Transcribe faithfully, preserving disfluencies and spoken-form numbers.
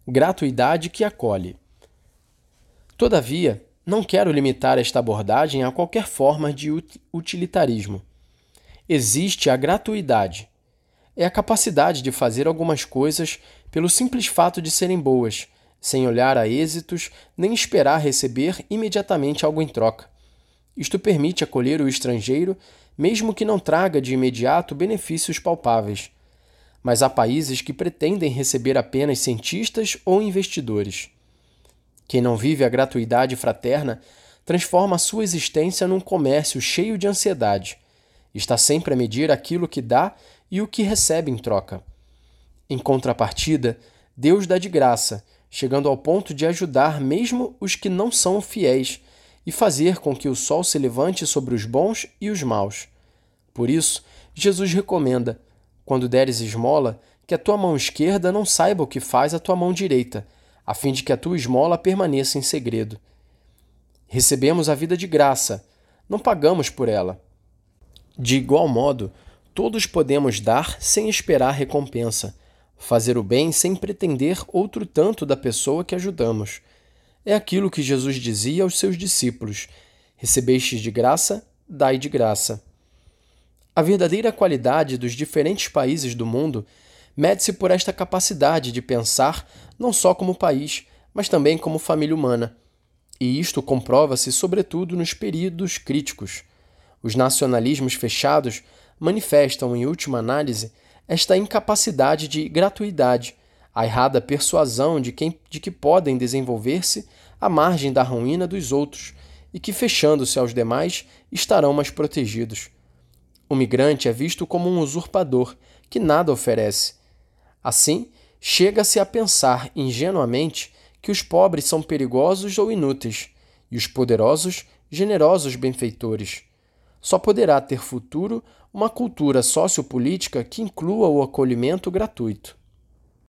gratuidade que acolhe. Todavia, não quero limitar esta abordagem a qualquer forma de utilitarismo. Existe a gratuidade. É a capacidade de fazer algumas coisas pelo simples fato de serem boas, sem olhar a êxitos nem esperar receber imediatamente algo em troca. Isto permite acolher o estrangeiro, mesmo que não traga de imediato benefícios palpáveis. Mas há países que pretendem receber apenas cientistas ou investidores. Quem não vive a gratuidade fraterna transforma a sua existência num comércio cheio de ansiedade. Está sempre a medir aquilo que dá e o que recebe em troca. Em contrapartida, Deus dá de graça, chegando ao ponto de ajudar mesmo os que não são fiéis e fazer com que o sol se levante sobre os bons e os maus. Por isso, Jesus recomenda: quando deres esmola, que a tua mão esquerda não saiba o que faz a tua mão direita, a fim de que a tua esmola permaneça em segredo. Recebemos a vida de graça, não pagamos por ela. De igual modo, todos podemos dar sem esperar recompensa, fazer o bem sem pretender outro tanto da pessoa que ajudamos. É aquilo que Jesus dizia aos seus discípulos: recebestes de graça, dai de graça. A verdadeira qualidade dos diferentes países do mundo mede-se por esta capacidade de pensar não só como país, mas também como família humana. E isto comprova-se sobretudo nos períodos críticos. Os nacionalismos fechados manifestam, em última análise, esta incapacidade de gratuidade, a errada persuasão de, quem, de que podem desenvolver-se à margem da ruína dos outros e que, fechando-se aos demais, estarão mais protegidos. O migrante é visto como um usurpador que nada oferece. Assim, chega-se a pensar ingenuamente que os pobres são perigosos ou inúteis e os poderosos, generosos benfeitores. Só poderá ter futuro uma cultura sociopolítica que inclua o acolhimento gratuito.